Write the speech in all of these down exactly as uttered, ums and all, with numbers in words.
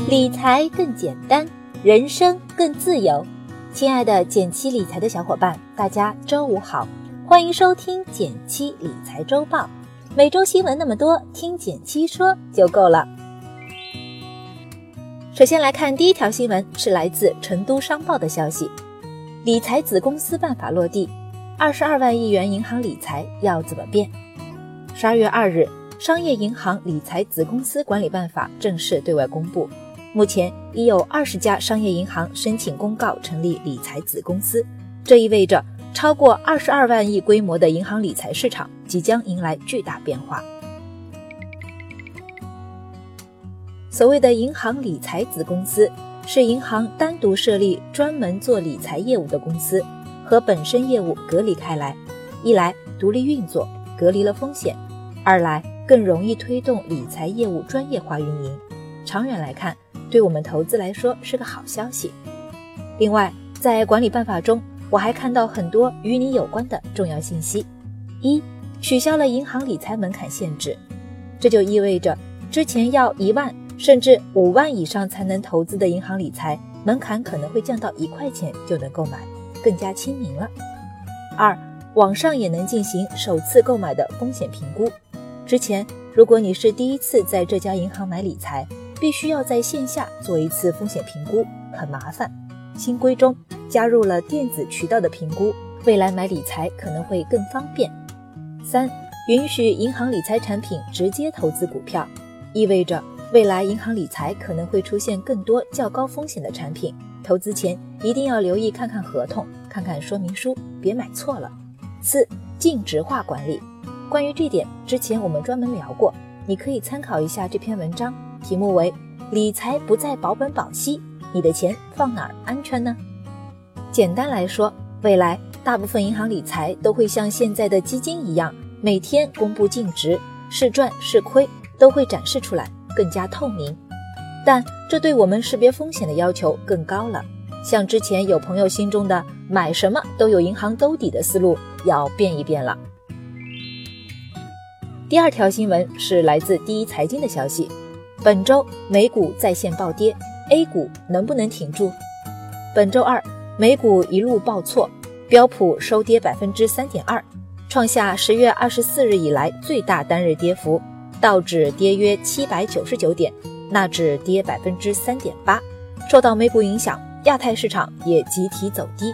理财更简单，人生更自由。亲爱的减七理财的小伙伴，大家周五好，欢迎收听减七理财周报。每周新闻那么多，听减七说就够了。首先来看第一条新闻，是来自成都商报的消息，理财子公司办法落地，二十二万亿元银行理财要怎么变？十二月二日，商业银行理财子公司管理办法正式对外公布。目前已有二十家商业银行申请公告成立理财子公司，这意味着超过二十二万亿规模的银行理财市场即将迎来巨大变化。所谓的银行理财子公司，是银行单独设立专门做理财业务的公司，和本身业务隔离开来，一来独立运作，隔离了风险，二来更容易推动理财业务专业化运营。长远来看，对我们投资来说是个好消息。另外，在管理办法中，我还看到很多与你有关的重要信息。一、取消了银行理财门槛限制，这就意味着之前要一万甚至五万以上才能投资的银行理财门槛可能会降到一块钱就能购买，更加亲民了。二、网上也能进行首次购买的风险评估。之前如果你是第一次在这家银行买理财，必须要在线下做一次风险评估，很麻烦。新规中加入了电子渠道的评估，未来买理财可能会更方便。三、允许银行理财产品直接投资股票，意味着未来银行理财可能会出现更多较高风险的产品，投资前一定要留意看看合同，看看说明书，别买错了。四、净值化管理，关于这点之前我们专门聊过，你可以参考一下这篇文章，题目为理财不再保本保息，你的钱放哪儿安全呢？简单来说，未来大部分银行理财都会像现在的基金一样，每天公布净值，是赚是亏都会展示出来，更加透明。但这对我们识别风险的要求更高了，像之前有朋友心中的买什么都有银行兜底的思路要变一变了。第二条新闻是来自第一财经的消息，本周美股在线暴跌， A 股能不能挺住？本周二美股一路暴挫，标普收跌 百分之三点二， 创下十月二十四日以来最大单日跌幅，道指跌约七百九十九点，纳指跌 百分之三点八。 受到美股影响，亚太市场也集体走低。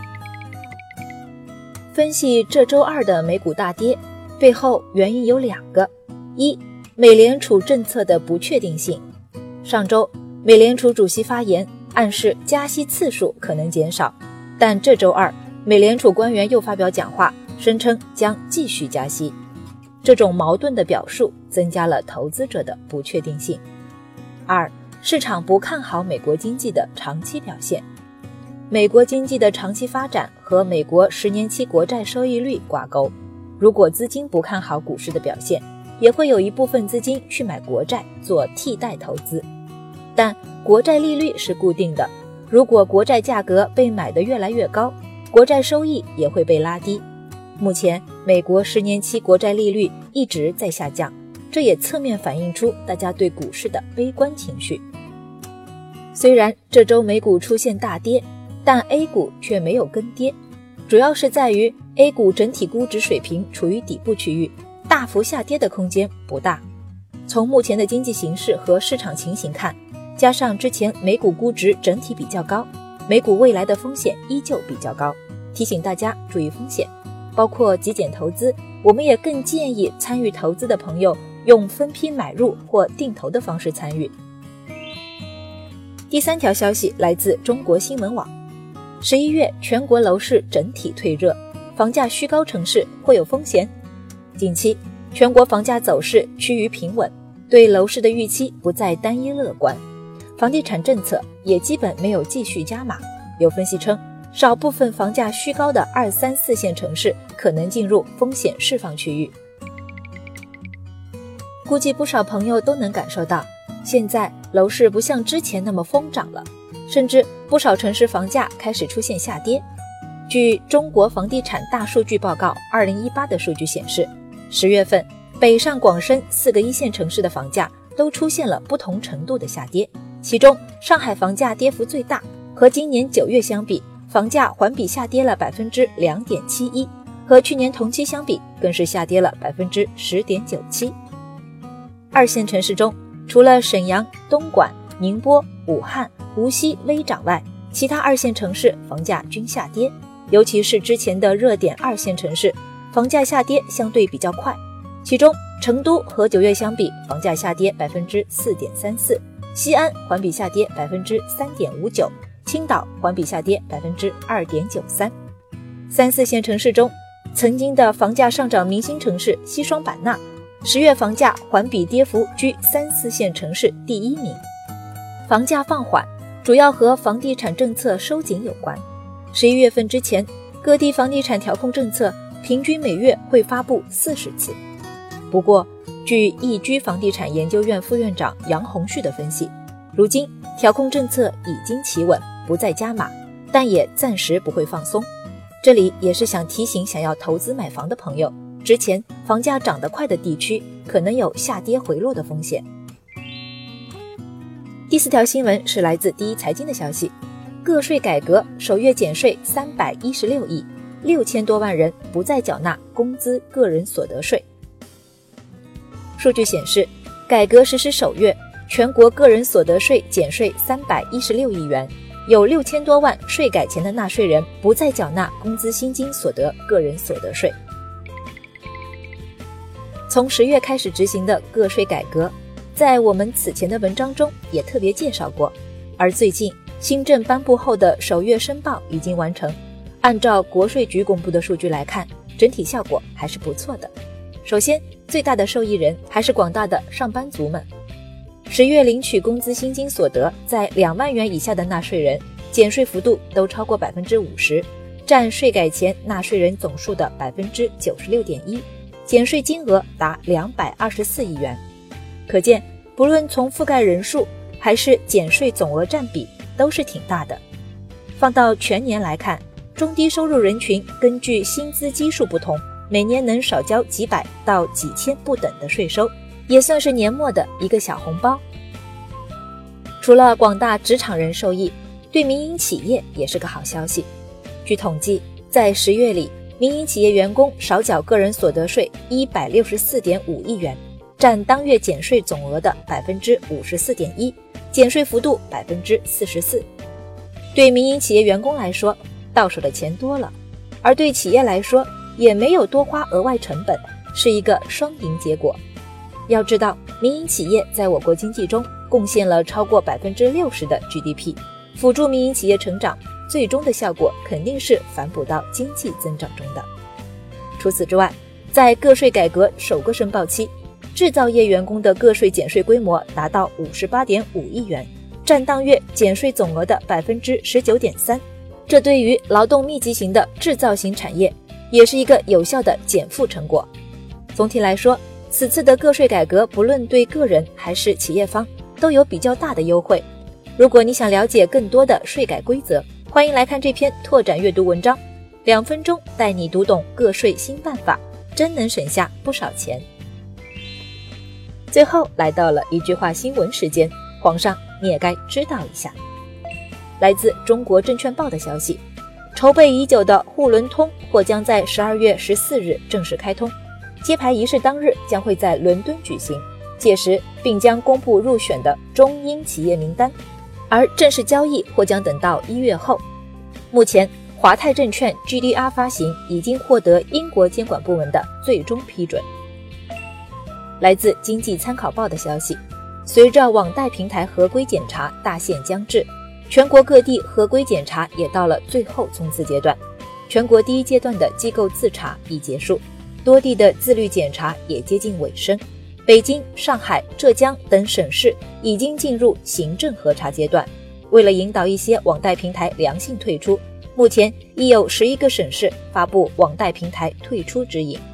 分析这周二的美股大跌背后原因有两个，一、美联储政策的不确定性。上周美联储主席发言暗示加息次数可能减少，但这周二美联储官员又发表讲话，声称将继续加息。这种矛盾的表述增加了投资者的不确定性。二、市场不看好美国经济的长期表现。美国经济的长期发展和美国十年期国债收益率挂钩，如果资金不看好股市的表现，也会有一部分资金去买国债做替代投资。但国债利率是固定的，如果国债价格被买得越来越高，国债收益也会被拉低。目前美国十年期国债利率一直在下降，这也侧面反映出大家对股市的悲观情绪。虽然这周美股出现大跌，但 A 股却没有跟跌，主要是在于 A 股整体估值水平处于底部区域，大幅下跌的空间不大。从目前的经济形势和市场情形看，加上之前美股估值整体比较高，美股未来的风险依旧比较高，提醒大家注意风险，包括极简投资。我们也更建议参与投资的朋友用分批买入或定投的方式参与。第三条消息来自中国新闻网，十一月全国楼市整体退热，房价虚高城市会有风险。近期全国房价走势趋于平稳，对楼市的预期不再单一乐观，房地产政策也基本没有继续加码。有分析称，少部分房价虚高的二三四线城市可能进入风险释放区域。估计不少朋友都能感受到，现在楼市不像之前那么疯涨了，甚至不少城市房价开始出现下跌。据中国房地产大数据报告二零一八的数据显示，十月份北上广深四个一线城市的房价都出现了不同程度的下跌， 其中上海房价跌幅最大，和今年九月相比，房价环比下跌了 百分之二点七一， 和去年同期相比更是下跌了 百分之十点九七。 二线城市中，除了沈阳、东莞、宁波、武汉、无锡微涨外，其他二线城市房价均下跌，尤其是之前的热点二线城市，房价下跌相对比较快。其中成都和九月相比，房价下跌 百分之四点三四， 西安环比下跌 百分之三点五九， 青岛环比下跌 百分之二点九三。 三四线城市中，曾经的房价上涨明星城市西双版纳，十月房价环比跌幅居三四线城市第一名。房价放缓主要和房地产政策收紧有关。十一月份之前，各地房地产调控政策平均每月会发布四十次。不过，据易居房地产研究院副院长杨红旭的分析，如今调控政策已经企稳，不再加码，但也暂时不会放松。这里也是想提醒想要投资买房的朋友，之前房价涨得快的地区可能有下跌回落的风险。第四条新闻是来自第一财经的消息，个税改革首月减税三百一十六亿，六千多万人不再缴纳工资个人所得税。数据显示，改革实施首月，全国个人所得税减税三百一十六亿元，有六千多万税改前的纳税人不再缴纳工资薪金所得个人所得税。从十月开始执行的个税改革，在我们此前的文章中也特别介绍过，而最近新政颁布后的首月申报已经完成，按照国税局公布的数据来看，整体效果还是不错的。首先，最大的受益人还是广大的上班族们。十月领取工资薪金所得在两万元以下的纳税人，减税幅度都超过 百分之五十， 占税改前纳税人总数的 百分之九十六点一， 减税金额达两百二十四亿元。可见，不论从覆盖人数还是减税总额占比，都是挺大的。放到全年来看，中低收入人群根据薪资基数不同，每年能少交几百到几千不等的税收，也算是年末的一个小红包。除了广大职场人受益，对民营企业也是个好消息。据统计，在十月里，民营企业员工少缴个人所得税一百六十四点五亿元，占当月减税总额的 百分之五十四点一， 减税幅度 百分之四十四。对民营企业员工来说，到手的钱多了，而对企业来说也没有多花额外成本，是一个双赢结果。要知道，民营企业在我国经济中贡献了超过 百分之六十 的 G D P， 辅助民营企业成长，最终的效果肯定是反哺到经济增长中的。除此之外，在个税改革首个申报期，制造业员工的个税减税规模达到 五十八点五亿元，占当月减税总额的 百分之十九点三， 这对于劳动密集型的制造型产业也是一个有效的减负成果。总体来说，此次的个税改革不论对个人还是企业方都有比较大的优惠。如果你想了解更多的税改规则，欢迎来看这篇拓展阅读文章，两分钟带你读懂个税新办法，真能省下不少钱。最后来到了一句话新闻时间，皇上你也该知道一下。来自中国证券报的消息，筹备已久的沪伦通或将在十二月十四日正式开通，揭牌仪式当日将会在伦敦举行，届时并将公布入选的中英企业名单，而正式交易或将等到一月后。目前华泰证券 G D R 发行已经获得英国监管部门的最终批准。来自经济参考报的消息，随着网贷平台合规检查大限将至，全国各地合规检查也到了最后冲刺阶段。全国第一阶段的机构自查已结束，多地的自律检查也接近尾声。北京、上海、浙江等省市已经进入行政核查阶段。为了引导一些网贷平台良性退出，目前已有十一个省市发布网贷平台退出指引。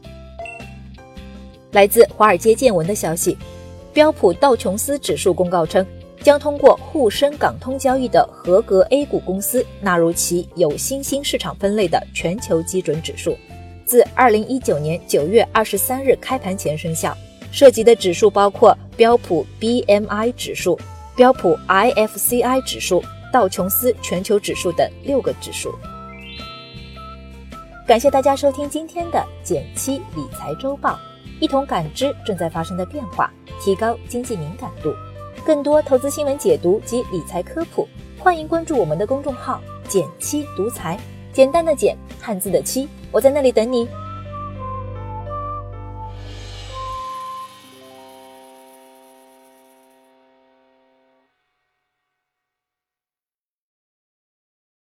来自华尔街见闻的消息，标普道琼斯指数公告称，将通过沪深港通交易的合格 A 股公司纳入其有新兴市场分类的全球基准指数，自二零一九年九月二十三日开盘前生效。涉及的指数包括标普 B M I 指数、 标普 I F C I 指数、道琼斯全球指数等六个指数。感谢大家收听今天的减七理财周报，一同感知正在发生的变化，提高经济敏感度。更多投资新闻解读及理财科普，欢迎关注我们的公众号减七独裁，简单的简，汉字的七，我在那里等你。